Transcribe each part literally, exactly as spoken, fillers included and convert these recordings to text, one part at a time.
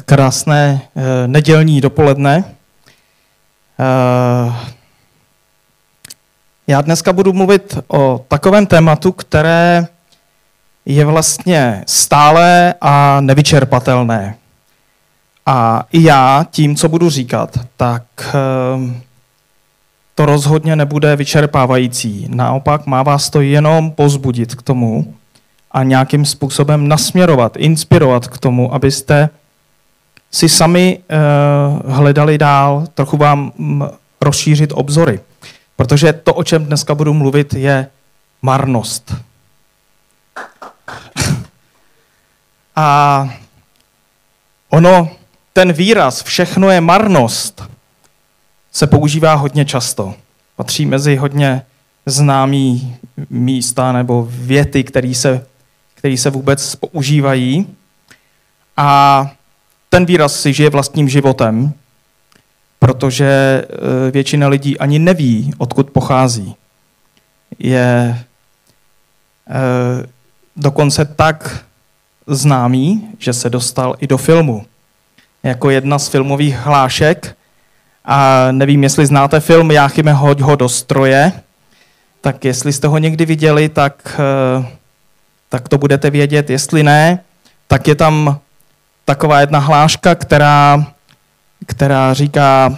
krásné e, nedělní dopoledne. E, já dneska budu mluvit o takovém tématu, které je vlastně stálé a nevyčerpatelné. A i já tím, co budu říkat, tak e, to rozhodně nebude vyčerpávající. Naopak má vás to jenom povzbudit k tomu a nějakým způsobem nasměrovat, inspirovat k tomu, abyste si sami e, hledali dál, trochu vám m, rozšířit obzory. Protože to, o čem dneska budu mluvit, je marnost. A ono, ten výraz všechno je marnost, se používá hodně často. Patří mezi hodně známý místa nebo věty, které se, které se vůbec používají. A ten výraz si žije vlastním životem, protože většina lidí ani neví, odkud pochází. Je dokonce tak známý, že se dostal i do filmu. Jako jedna z filmových hlášek. A nevím, jestli znáte film Jáchyme, hoď ho do stroje, tak jestli jste ho někdy viděli, tak, tak to budete vědět. Jestli ne, tak je tam taková jedna hláška, která, která říká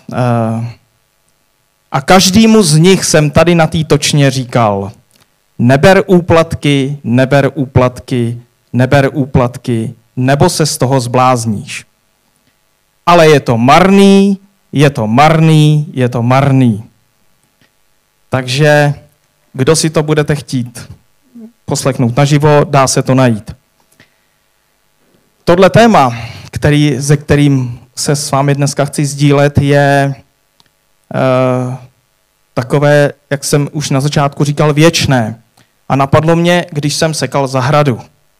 a každému z nich jsem tady na té točně říkal neber úplatky, neber úplatky, neber úplatky, nebo se z toho zblázníš. Ale je to marný, je to marný, je to marný. Takže kdo si to budete chtít poslechnout naživo, dá se to najít. Tohle téma, který, se kterým se s vámi dneska chci sdílet, je uh, takové, jak jsem už na začátku říkal, věčné. A napadlo mě, když jsem sekal zahradu.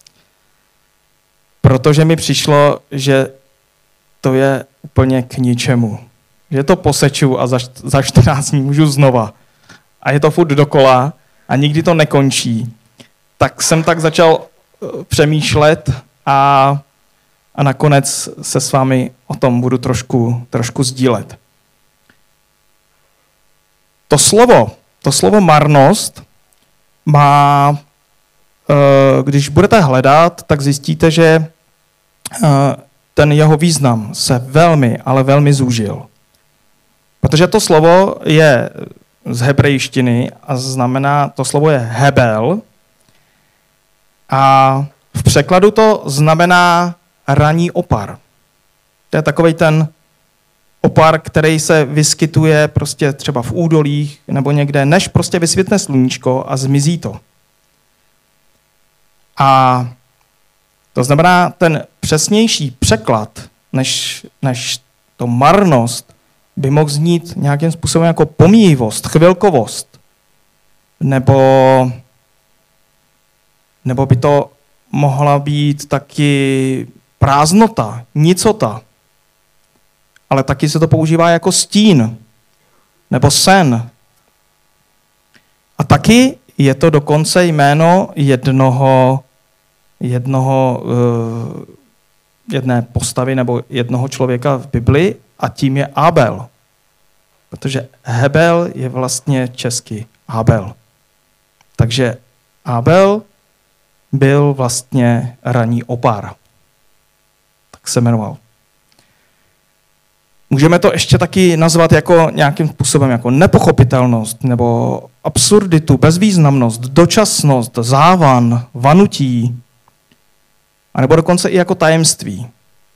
Protože mi přišlo, že to je úplně k ničemu. Že to poseču a za, za čtrnáct dní můžu znova. A je to furt dokola a nikdy to nekončí. Tak jsem tak začal přemýšlet a, a nakonec se s vámi o tom budu trošku, trošku sdílet. To slovo, to slovo marnost má, když budete hledat, tak zjistíte, že ten jeho význam se velmi, ale velmi zúžil. Protože to slovo je z hebrejštiny a znamená, to slovo je hebel a v překladu to znamená ranní opar. To je takovej ten opar, který se vyskytuje prostě třeba v údolích nebo někde, než prostě vysvětne sluníčko a zmizí to. A to znamená, ten přesnější překlad, než, než to marnost, by mohl znít nějakým způsobem jako pomíjivost, chvilkovost. Nebo, nebo by to mohla být taky prázdnota, nicota. Ale taky se to používá jako stín nebo sen. A taky je to dokonce jméno jednoho, jednoho jedné postavy nebo jednoho člověka v Bibli a tím je Abel. Protože Hebel je vlastně česky Abel. Takže Abel byl vlastně ranní opar. Tak se jmenoval. Můžeme to ještě taky nazvat jako nějakým způsobem jako nepochopitelnost nebo absurditu, bezvýznamnost, dočasnost, závan, vanutí, a nebo dokonce i jako tajemství.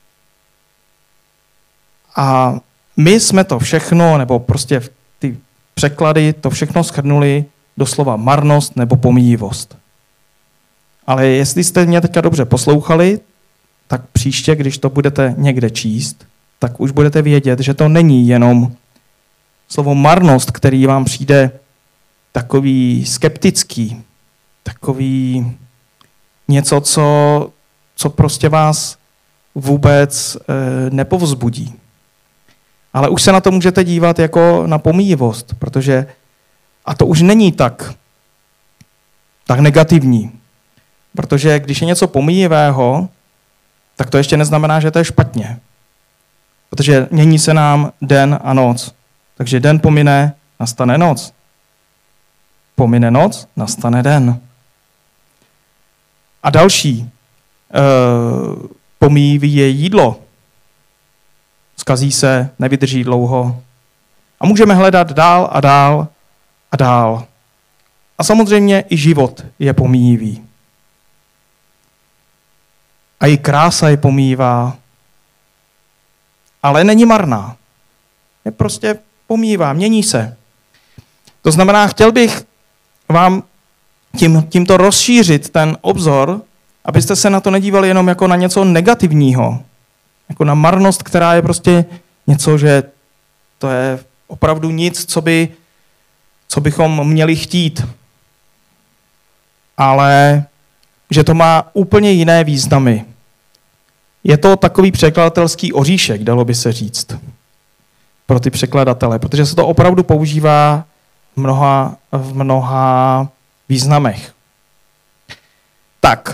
A my jsme to všechno, nebo prostě ty překlady, to všechno shrnuli do slova marnost nebo pomíjivost. Ale jestli jste mě teďka dobře poslouchali, tak příště, když to budete někde číst, tak už budete vědět, že to není jenom slovo marnost, který vám přijde takový skeptický, takový něco, co, co prostě vás vůbec e, nepovzbudí. Ale už se na to můžete dívat jako na pomíjivost, protože a to už není tak, tak negativní. Protože když je něco pomíjivého, tak to ještě neznamená, že to je špatně. Protože mění se nám den a noc. Takže den pomine, nastane noc. Pomine noc, nastane den. A další. E, pomíjí je jídlo. Zkazí se, nevydrží dlouho. A můžeme hledat dál a dál a dál. A samozřejmě i život je pomíjivý. A i krása je pomíjivá. Ale není marná. Je prostě pomíjivá, mění se. To znamená, chtěl bych vám tím, tímto rozšířit ten obzor, abyste se na to nedívali jenom jako na něco negativního. Jako na marnost, která je prostě něco, že to je opravdu nic, co, by, co bychom měli chtít. Ale že to má úplně jiné významy. Je to takový překladatelský oříšek, dalo by se říct, pro ty překladatele, protože se to opravdu používá v mnoha, v mnoha významech. Tak.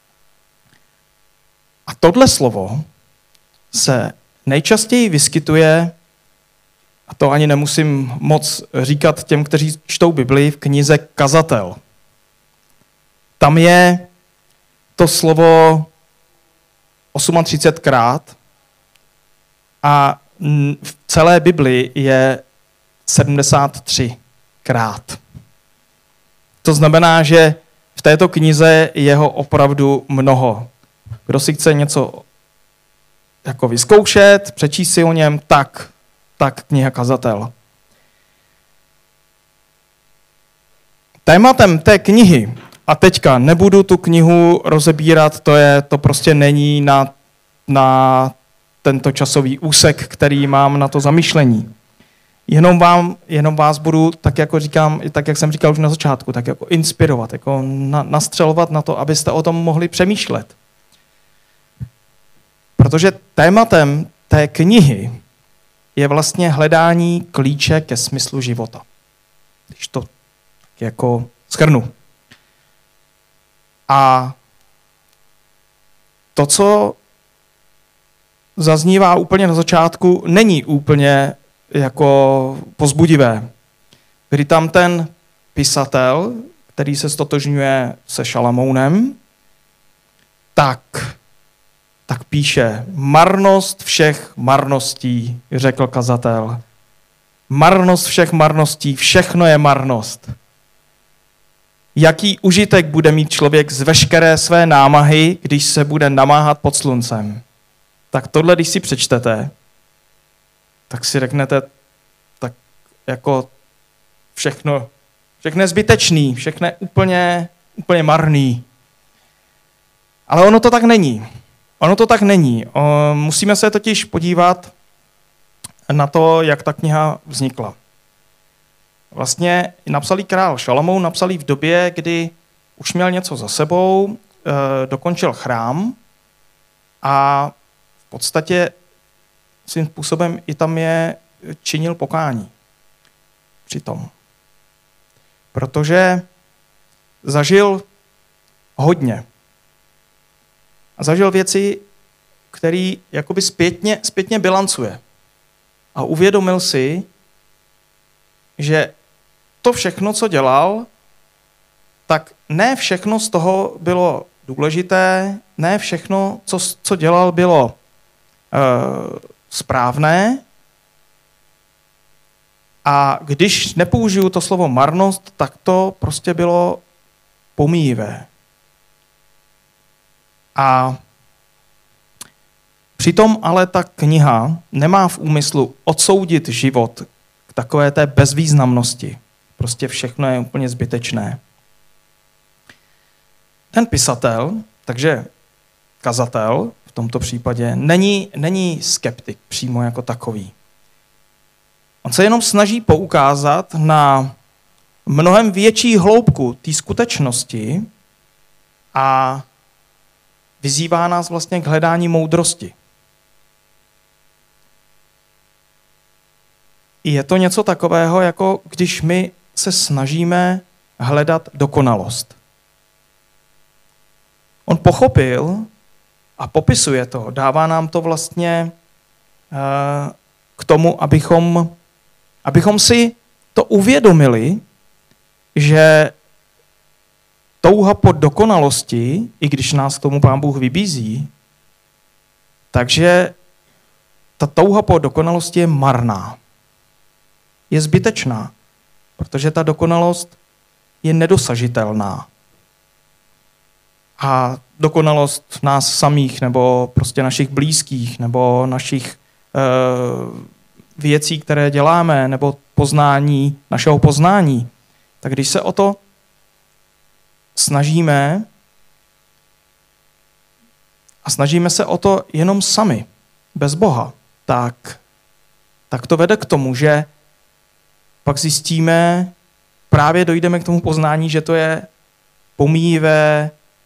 A tohle slovo se nejčastěji vyskytuje, a to ani nemusím moc říkat těm, kteří čtou Bibli, v knize Kazatel. Tam je to slovo třicet osmkrát a v celé Bibli je sedmdesát tři krát. To znamená, že v této knize je ho opravdu mnoho. Kdo si chce něco jako vyzkoušet, přečíst si o něm, tak, tak kniha Kazatel. Tématem té knihy, a teďka nebudu tu knihu rozebírat, to, je, to prostě není na, na tento časový úsek, který mám na to zamyšlení. Jenom, vám, jenom vás budu, tak jako říkám, tak jak jsem říkal už na začátku, tak jako inspirovat, jako na, nastřelovat na to, abyste o tom mohli přemýšlet. Protože tématem té knihy je vlastně hledání klíče ke smyslu života. Když to jako shrnu. A to, co zaznívá úplně na začátku, není úplně jako pozbudivé. Kdy tam ten pisatel, který se stotožňuje se Šalamounem, tak, tak píše: marnost všech marností, řekl kazatel. Marnost všech marností, všechno je marnost. Jaký užitek bude mít člověk z veškeré své námahy, když se bude namáhat pod sluncem? Tak tohle, když si přečtete, tak si řeknete, tak jako všechno, všechno je zbytečný, všechno je úplně, úplně marný. Ale ono to tak není. Ono to tak není. O, musíme se totiž podívat na to, jak ta kniha vznikla. Vlastně napsalý král Šalamoun, napsalý v době, kdy už měl něco za sebou, e, dokončil chrám a v podstatě svým způsobem i tam je činil pokání. Přitom. Protože zažil hodně. A zažil věci, které jakoby zpětně, zpětně bilancuje. A uvědomil si, že to všechno, co dělal, tak ne všechno z toho bylo důležité, ne všechno, co, co dělal, bylo uh, správné. A když nepoužiju to slovo marnost, tak to prostě bylo pomíjivé. A přitom ale ta kniha nemá v úmyslu odsoudit život k takové té bezvýznamnosti. Prostě všechno je úplně zbytečné. Ten pisatel, takže kazatel v tomto případě, není, není skeptik přímo jako takový. On se jenom snaží poukázat na mnohem větší hloubku té skutečnosti a vyzývá nás vlastně k hledání moudrosti. Je to něco takového, jako když my se snažíme hledat dokonalost. On pochopil a popisuje to, dává nám to vlastně k tomu, abychom, abychom si to uvědomili, že touha po dokonalosti, i když nás k tomu Pán Bůh vybízí, takže ta touha po dokonalosti je marná. Je zbytečná, protože ta dokonalost je nedosažitelná. A dokonalost nás samých, nebo prostě našich blízkých, nebo našich uh, věcí, které děláme, nebo poznání, našeho poznání, tak když se o to snažíme a snažíme se o to jenom sami, bez Boha, tak, tak to vede k tomu, že pak zjistíme, právě dojdeme k tomu poznání, že to je pomíjivé,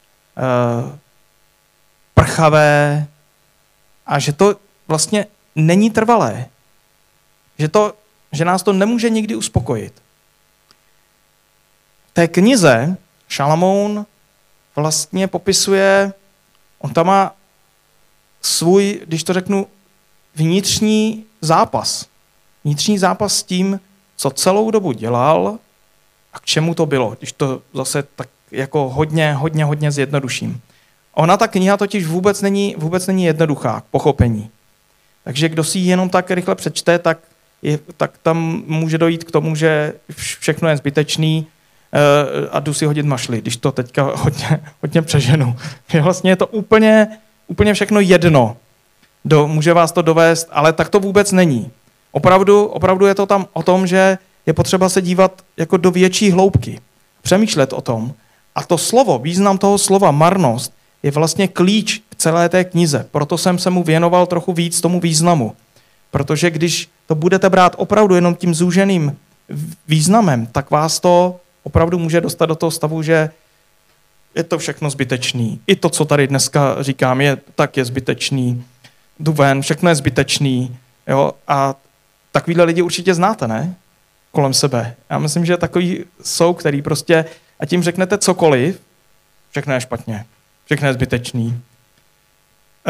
prchavé a že to vlastně není trvalé. Že, to, že nás to nemůže nikdy uspokojit. V té knize Šalamoun vlastně popisuje, on tam má svůj, když to řeknu, vnitřní zápas. Vnitřní zápas s tím, co celou dobu dělal a k čemu to bylo, když to zase tak jako hodně, hodně, hodně zjednoduším. Ona, ta kniha totiž vůbec není, vůbec není jednoduchá k pochopení. Takže kdo si ji jenom tak rychle přečte, tak, je, tak tam může dojít k tomu, že všechno je zbytečný uh, a jdu si hodit mašly, když to teďka hodně, hodně přeženu. Že vlastně je to úplně, úplně všechno jedno. Do, může vás to dovést, ale tak to vůbec není. Opravdu, opravdu je to tam o tom, že je potřeba se dívat jako do větší hloubky. Přemýšlet o tom. A to slovo, význam toho slova marnost, je vlastně klíč k celé té knize. Proto jsem se mu věnoval trochu víc tomu významu. Protože když to budete brát opravdu jenom tím zúženým významem, tak vás to opravdu může dostat do toho stavu, že je to všechno zbytečný. I to, co tady dneska říkám, je, tak je zbytečný. Jdu ven, všechno je zbytečný. Jo? A takovýhle lidi určitě znáte, ne? Kolem sebe. Já myslím, že takový jsou, který prostě, a tím řeknete cokoliv, všechno je špatně, všechno je zbytečný. E,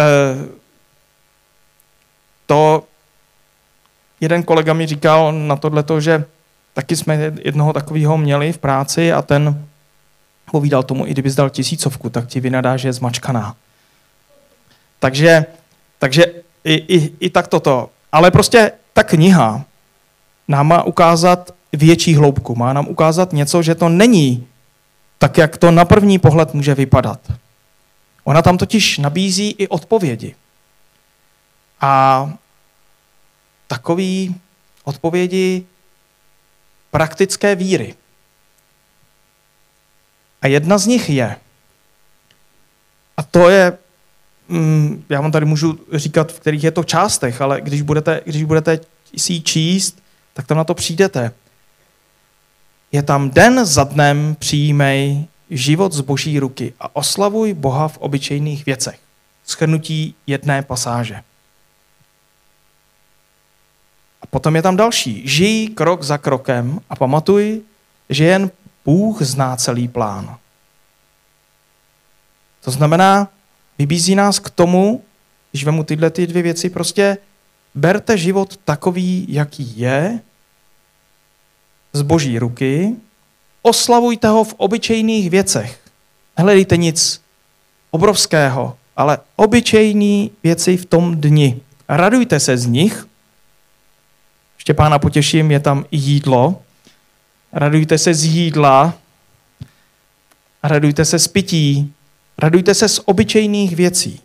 to jeden kolega mi říkal na tohleto, že taky jsme jednoho takového měli v práci a ten povídal tomu, i kdyby zdal tisícovku, tak ti vynadá, že je zmačkaná. Takže, takže i, i, i tak toto. Ale prostě ta kniha nám má ukázat větší hloubku. Má nám ukázat něco, že to není tak, jak to na první pohled může vypadat. Ona tam totiž nabízí i odpovědi. A takové odpovědi praktické víry. A jedna z nich je, a to je, já vám tady můžu říkat, v kterých je to částech, ale když budete, když budete si ji číst, tak tam na to přijdete. Je tam den za dnem přijímej život z Boží ruky a oslavuj Boha v obyčejných věcech. Shrnutí jedné pasáže. A potom je tam další. Žij krok za krokem a pamatuj, že jen Bůh zná celý plán. To znamená, vybízí nás k tomu, když vemu tyhle ty dvě věci, prostě berte život takový, jaký je, z Boží ruky, oslavujte ho v obyčejných věcech. Nehledejte nic obrovského, ale obyčejné věci v tom dni. Radujte se z nich. Ještě Pána potěším, je tam i jídlo. Radujte se z jídla. Radujte se z pití. Radujte se z obyčejných věcí.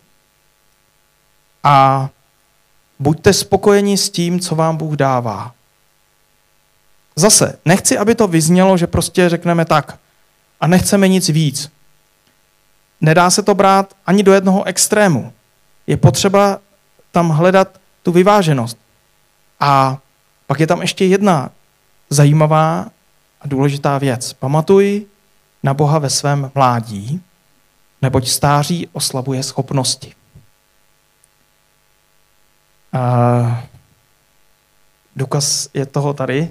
A buďte spokojeni s tím, co vám Bůh dává. Zase, nechci, aby to vyznělo, že prostě řekneme tak a nechceme nic víc. Nedá se to brát ani do jednoho extrému. Je potřeba tam hledat tu vyváženost. A pak je tam ještě jedna zajímavá a důležitá věc. Pamatuj na Boha ve svém mládí, neboť stáří oslabuje schopnosti. A důkaz je toho tady.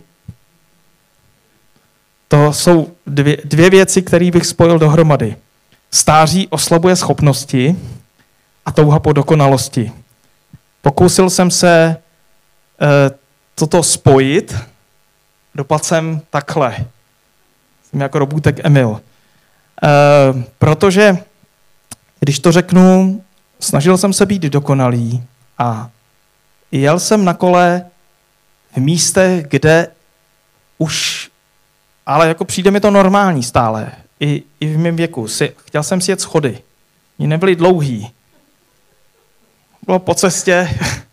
To jsou dvě, dvě věci, které bych spojil dohromady. Stáří oslabuje schopnosti a touha po dokonalosti. Pokusil jsem se e, toto spojit, dopadl jsem takhle. Jsem jako robůtek Emil. E, protože, když to řeknu, snažil jsem se být dokonalý a jel jsem na kole v místech, kde už, ale jako přijde mi to normální stále, i, i v mém věku. Si, chtěl jsem si jet schody. Oni nebyly dlouhý. Bylo po cestě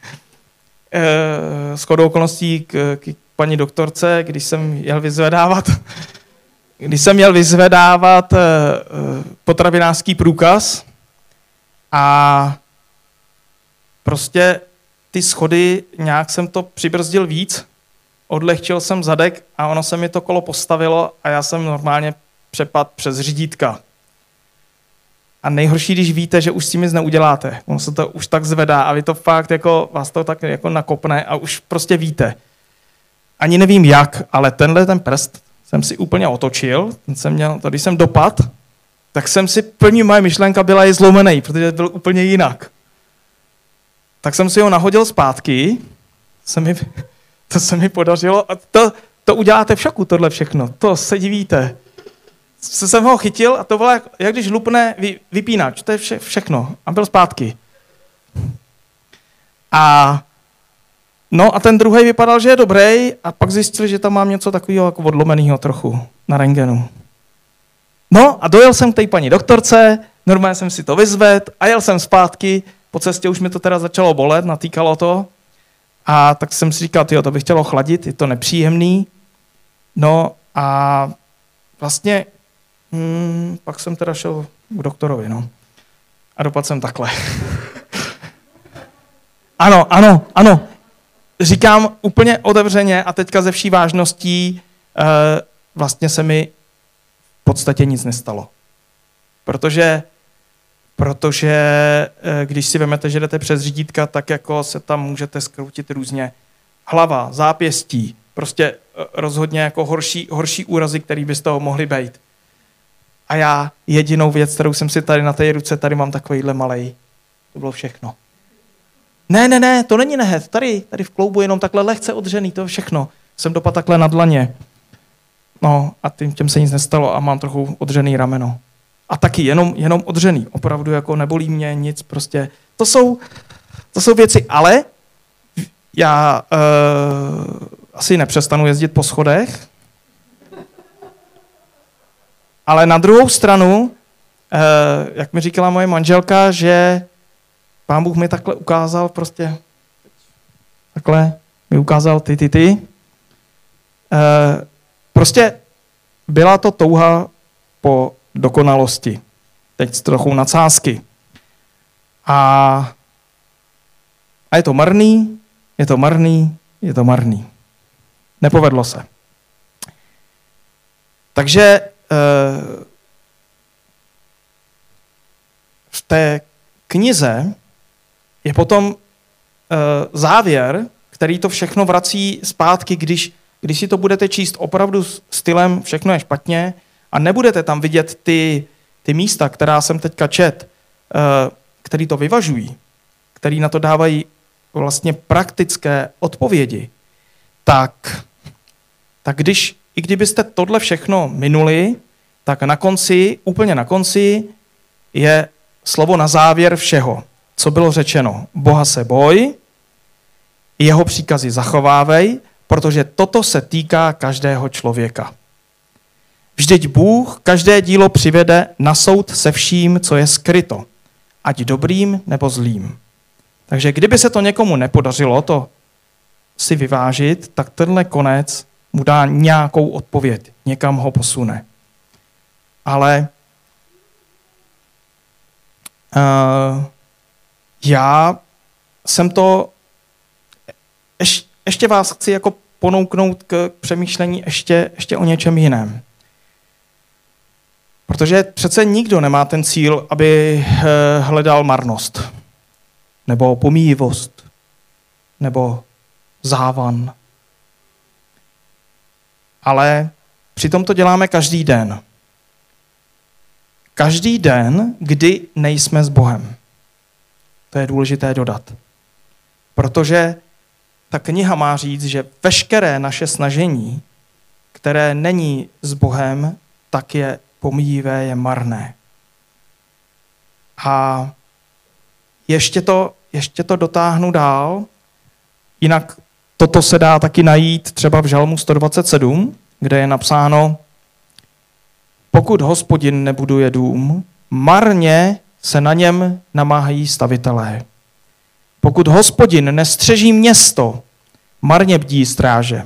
shodou okolností k, k paní doktorce, když jsem jel vyzvedávat, když jsem jel vyzvedávat potravinářský průkaz a prostě ty schody, nějak jsem to přibrzdil víc, odlehčil jsem zadek a ono se mi to kolo postavilo a já jsem normálně přepadl přes řídítka. A nejhorší, když víte, že už s tím nic neuděláte. Ono se to už tak zvedá a vy to fakt jako, vás to tak jako nakopne a už prostě víte. Ani nevím jak, ale tenhle ten prst jsem si úplně otočil, ten jsem měl, když jsem dopad, tak jsem si, první moje myšlenka byla je zlomený, protože byl úplně jinak. Tak jsem si ho nahodil zpátky, se mi, to se mi podařilo a to, to uděláte v šoku, tohle všechno, to se divíte. Se jsem ho chytil a to bylo jak, jak když lupne vy, vypínač, to je vše, všechno a byl zpátky. A no a ten druhý vypadal, že je dobrý a pak zjistil, že tam mám něco takového jako odlomeného trochu na rentgenu. No a dojel jsem k té paní doktorce, normálně jsem si to vyzvedl a jel jsem zpátky, po cestě už mi to teda začalo bolet, natýkalo to a tak jsem si říkal, tyjo, to bych chtělo chladit, je to nepříjemný. No a vlastně hmm, pak jsem teda šel k doktorovi, no. A dopadl jsem takhle. Ano, ano, ano. Říkám úplně otevřeně a teďka ze vší vážností eh, vlastně se mi v podstatě nic nestalo. Protože, protože eh, když si vemete, že jdete přes řídítka, tak jako se tam můžete zkroutit různě hlava, zápěstí, prostě eh, rozhodně jako horší, horší úrazy, který by z toho mohly být. A já jedinou věc, kterou jsem si tady na té ruce, tady mám takovýhle malej. To bylo všechno. Ne, ne, ne, to není nehet. Tady, tady v kloubu jenom takhle lehce odřený, to je všechno. Jsem dopadl takhle na dlaně. No a tím, těm se nic nestalo a mám trochu odřený rameno. A taky jenom, jenom odřený. Opravdu jako nebolí mě nic, prostě. To jsou, to jsou věci, ale já uh, asi nepřestanu jezdit po schodech, ale na druhou stranu, eh, jak mi říkala moje manželka, že Pán Bůh mi takhle ukázal prostě, takhle mi ukázal ty, ty, ty. Eh, prostě byla to touha po dokonalosti. Teď s trochou nadsázky. A, a je to marný, je to marný, je to marný. Nepovedlo se. Takže v té knize je potom závěr, který to všechno vrací zpátky, když, když si to budete číst opravdu stylem všechno je špatně a nebudete tam vidět ty, ty místa, která jsem teďka čet, který to vyvažují, který na to dávají vlastně praktické odpovědi, tak, tak když, i kdybyste tohle všechno minuli, tak na konci, úplně na konci, je slovo na závěr všeho, co bylo řečeno. Boha se boj, jeho příkazy zachovávej, protože toto se týká každého člověka. Vždyť Bůh každé dílo přivede na soud se vším, co je skryto, ať dobrým nebo zlým. Takže kdyby se to někomu nepodařilo to si vyvážit, tak tenhle konec mu dá nějakou odpověď, někam ho posune. Ale uh, já jsem to, ješ, ještě vás chci jako ponouknout k přemýšlení ještě, ještě o něčem jiném. Protože přece nikdo nemá ten cíl, aby hledal marnost, nebo pomíjivost, nebo závan. Ale přitom to děláme každý den. Každý den, kdy nejsme s Bohem. To je důležité dodat. Protože ta kniha má říct, že veškeré naše snažení, které není s Bohem, tak je pomíjivé, je marné. A ještě to, ještě to dotáhnu dál, jinak toto se dá taky najít třeba v Žalmu sto dvacet sedm, kde je napsáno: pokud Hospodin nebuduje dům, marně se na něm namáhají stavitelé. Pokud Hospodin nestřeží město, marně bdí stráže.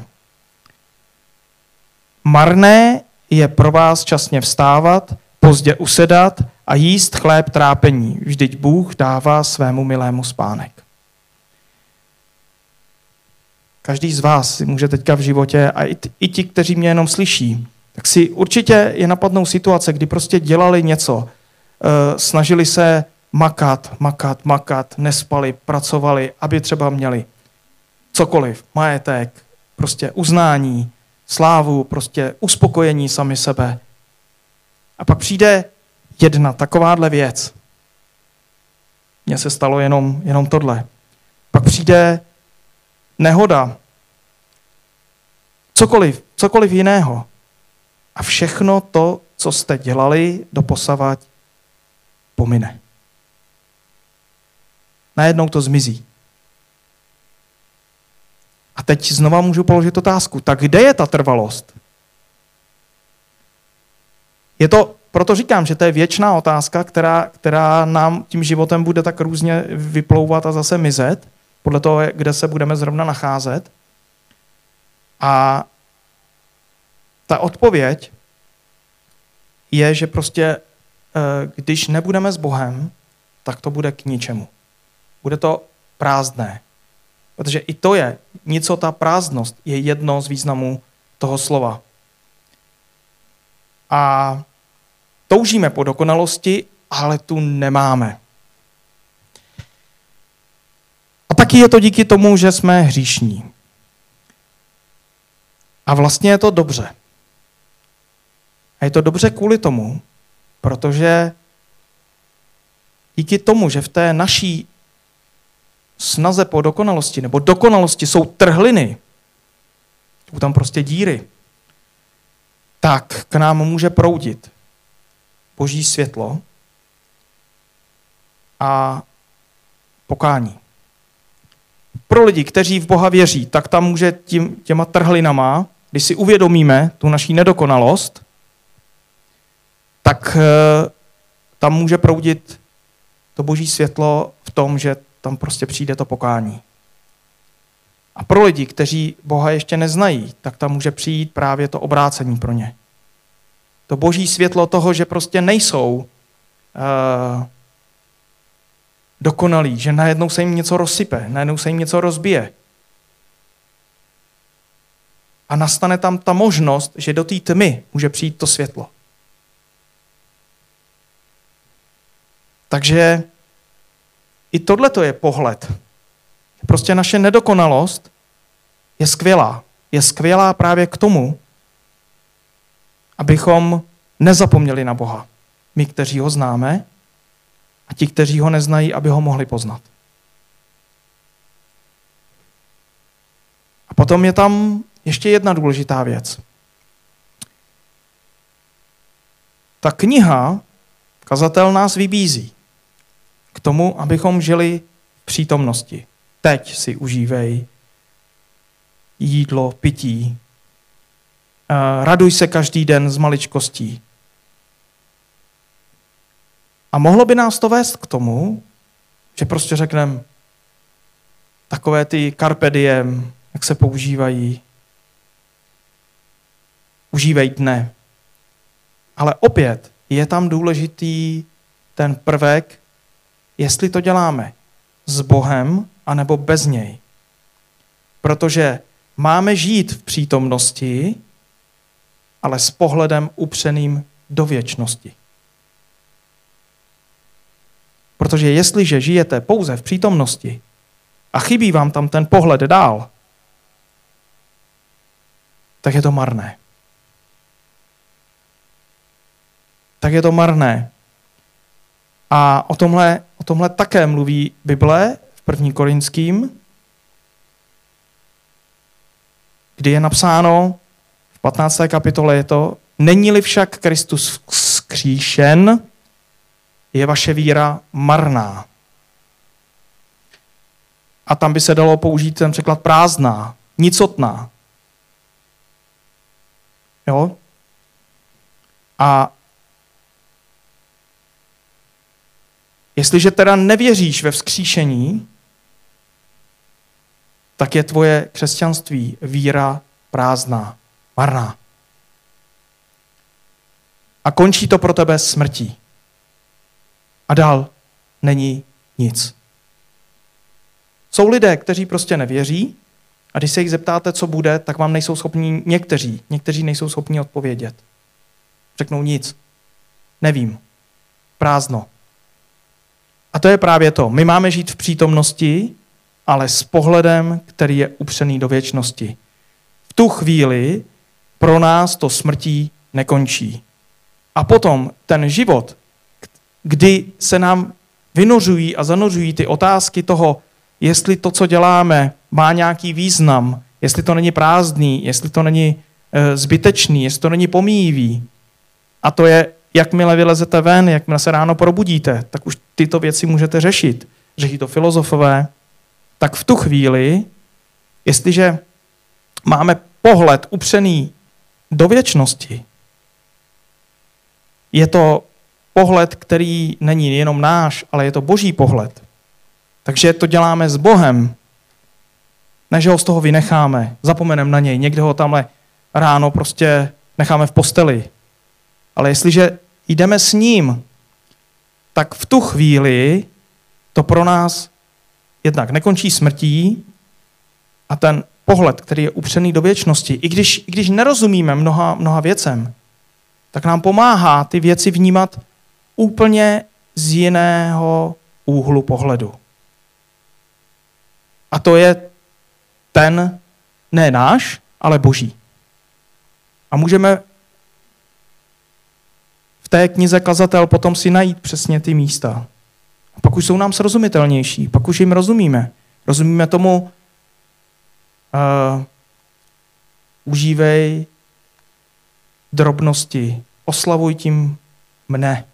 Marné je pro vás časně vstávat, pozdě usedat a jíst chléb trápení. Vždyť Bůh dává svému milému spánek. Každý z vás si může teďka v životě, a i, t- i ti, kteří mě jenom slyší, tak si určitě je napadnou situace, kdy prostě dělali něco, e, snažili se makat, makat, makat, nespali, pracovali, aby třeba měli cokoliv, majetek, prostě uznání, slávu, prostě uspokojení sami sebe. A pak přijde jedna takováhle věc. Mně se stalo jenom, jenom tohle. Pak přijde nehoda, cokoliv, cokoliv jiného. A všechno to, co jste dělali doposavad, pomine. Najednou to zmizí. A teď znova můžu položit otázku, tak kde je ta trvalost? Je to, proto říkám, že to je věčná otázka, která, která nám tím životem bude tak různě vyplouvat a zase mizet, podle toho, kde se budeme zrovna nacházet. A ta odpověď je, že prostě, když nebudeme s Bohem, tak to bude k ničemu. Bude to prázdné. Protože i to je, nicota, prázdnost je jedno z významů toho slova. A toužíme po dokonalosti, ale tu nemáme. A taky je to díky tomu, že jsme hříšní. A vlastně je to dobře. A je to dobře kvůli tomu, protože díky tomu, že v té naší snaze po dokonalosti, nebo dokonalosti jsou trhliny, jsou tam prostě díry, tak k nám může proudit Boží světlo a pokání. Pro lidi, kteří v Boha věří, tak tam může tím, těma trhlinama, když si uvědomíme tu naší nedokonalost, tak tam může proudit to Boží světlo v tom, že tam prostě přijde to pokání. A pro lidi, kteří Boha ještě neznají, tak tam může přijít právě to obrácení pro ně. To Boží světlo toho, že prostě nejsou uh, dokonalí, že najednou se jim něco rozsype, najednou se jim něco rozbije. A nastane tam ta možnost, že do té tmy může přijít to světlo. Takže i tohleto je pohled. Prostě naše nedokonalost je skvělá. Je skvělá právě k tomu, abychom nezapomněli na Boha. My, kteří ho známe, a ti, kteří ho neznají, aby ho mohli poznat. A potom je tam ještě jedna důležitá věc. Ta kniha, kazatel nás vybízí k tomu, abychom žili v přítomnosti. Teď si užívej jídlo, pití. Raduj se každý den z maličkostí. A mohlo by nás to vést k tomu, že prostě řekneme takové ty carpe diem, jak se používají. Užívej dne. Ale opět je tam důležitý ten prvek, jestli to děláme s Bohem, anebo bez něj. Protože máme žít v přítomnosti, ale s pohledem upřeným do věčnosti. Protože jestliže žijete pouze v přítomnosti a chybí vám tam ten pohled dál, tak je to marné. Tak je to marné. A o tomhle, o tomhle také mluví Bible v první Korinským kdy je napsáno, v patnácté kapitole je to, není-li však Kristus vzkříšen, je vaše víra marná. A tam by se dalo použít ten překlad prázdná, nicotná. Jo? A jestliže teda nevěříš ve vzkříšení, tak je tvoje křesťanství, víra prázdná, marná. A končí to pro tebe smrtí. A dál není nic. Jsou lidé, kteří prostě nevěří a když se jich zeptáte, co bude, tak vám nejsou schopni někteří, někteří nejsou schopni odpovědět. Řeknou nic. Nevím. Prázdno. A to je právě to. My máme žít v přítomnosti, ale s pohledem, který je upřený do věčnosti. V tu chvíli pro nás to smrtí nekončí. A potom ten život, kdy se nám vynořují a zanořují ty otázky toho, jestli to, co děláme, má nějaký význam, jestli to není prázdný, jestli to není e, zbytečný, jestli to není pomíjivý. A to je, jakmile vylezete ven, jakmile se ráno probudíte, tak už tyto věci můžete řešit. Řeší to filozofové. Tak v tu chvíli, jestliže máme pohled upřený do věčnosti, je to pohled, který není jenom náš, ale je to boží pohled. Takže to děláme s Bohem, ne, že ho z toho vynecháme, zapomeneme na něj, někde ho tamhle ráno prostě necháme v posteli. Ale jestliže jdeme s ním, tak v tu chvíli to pro nás jednak nekončí smrtí a ten pohled, který je upřený do věčnosti, i když, i když nerozumíme mnoha, mnoha věcem, tak nám pomáhá ty věci vnímat úplně z jiného úhlu pohledu. A to je ten, ne náš, ale boží. A můžeme v té knize Kazatel potom si najít přesně ty místa. A pak už jsou nám srozumitelnější, pak už jim rozumíme. Rozumíme tomu, uh, užívej drobnosti, oslavuj tím mne.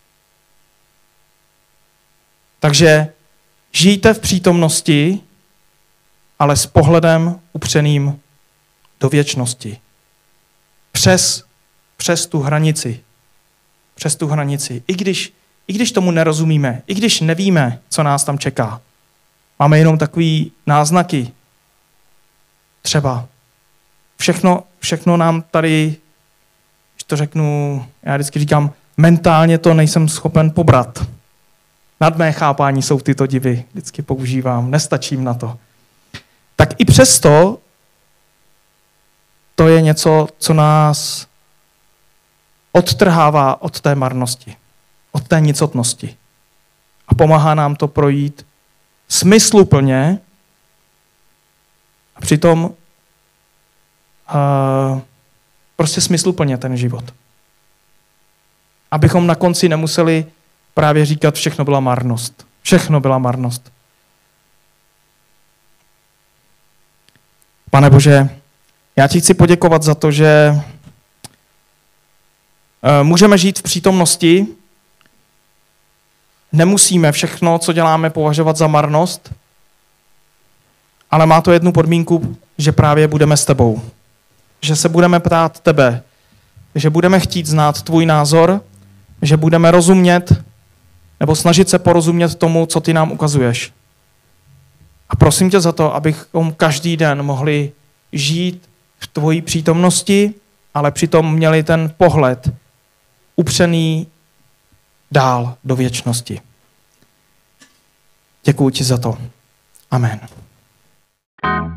Takže žijte v přítomnosti, ale s pohledem upřeným do věčnosti. Přes, přes tu hranici. Přes tu hranici. I když, I když tomu nerozumíme, i když nevíme, co nás tam čeká. Máme jenom takový náznaky. Třeba. Všechno, všechno nám tady, když to řeknu, já vždycky říkám, mentálně to nejsem schopen pobrat. Nad mé chápání jsou tyto divy, vždycky používám, nestačím na to. Tak i přesto to je něco, co nás odtrhává od té marnosti, od té nicotnosti. A pomáhá nám to projít smysluplně a přitom uh, prostě smysluplně ten život. Abychom na konci nemuseli právě říkat, všechno byla marnost. Všechno byla marnost. Pane Bože, já ti chci poděkovat za to, že můžeme žít v přítomnosti, nemusíme všechno, co děláme, považovat za marnost, ale má to jednu podmínku, že právě budeme s tebou. Že se budeme ptát tebe, že budeme chtít znát tvůj názor, že budeme rozumět nebo snažit se porozumět tomu, co ty nám ukazuješ. A prosím tě za to, abychom každý den mohli žít v tvojí přítomnosti, ale přitom měli ten pohled upřený dál do věčnosti. Děkuji ti za to. Amen.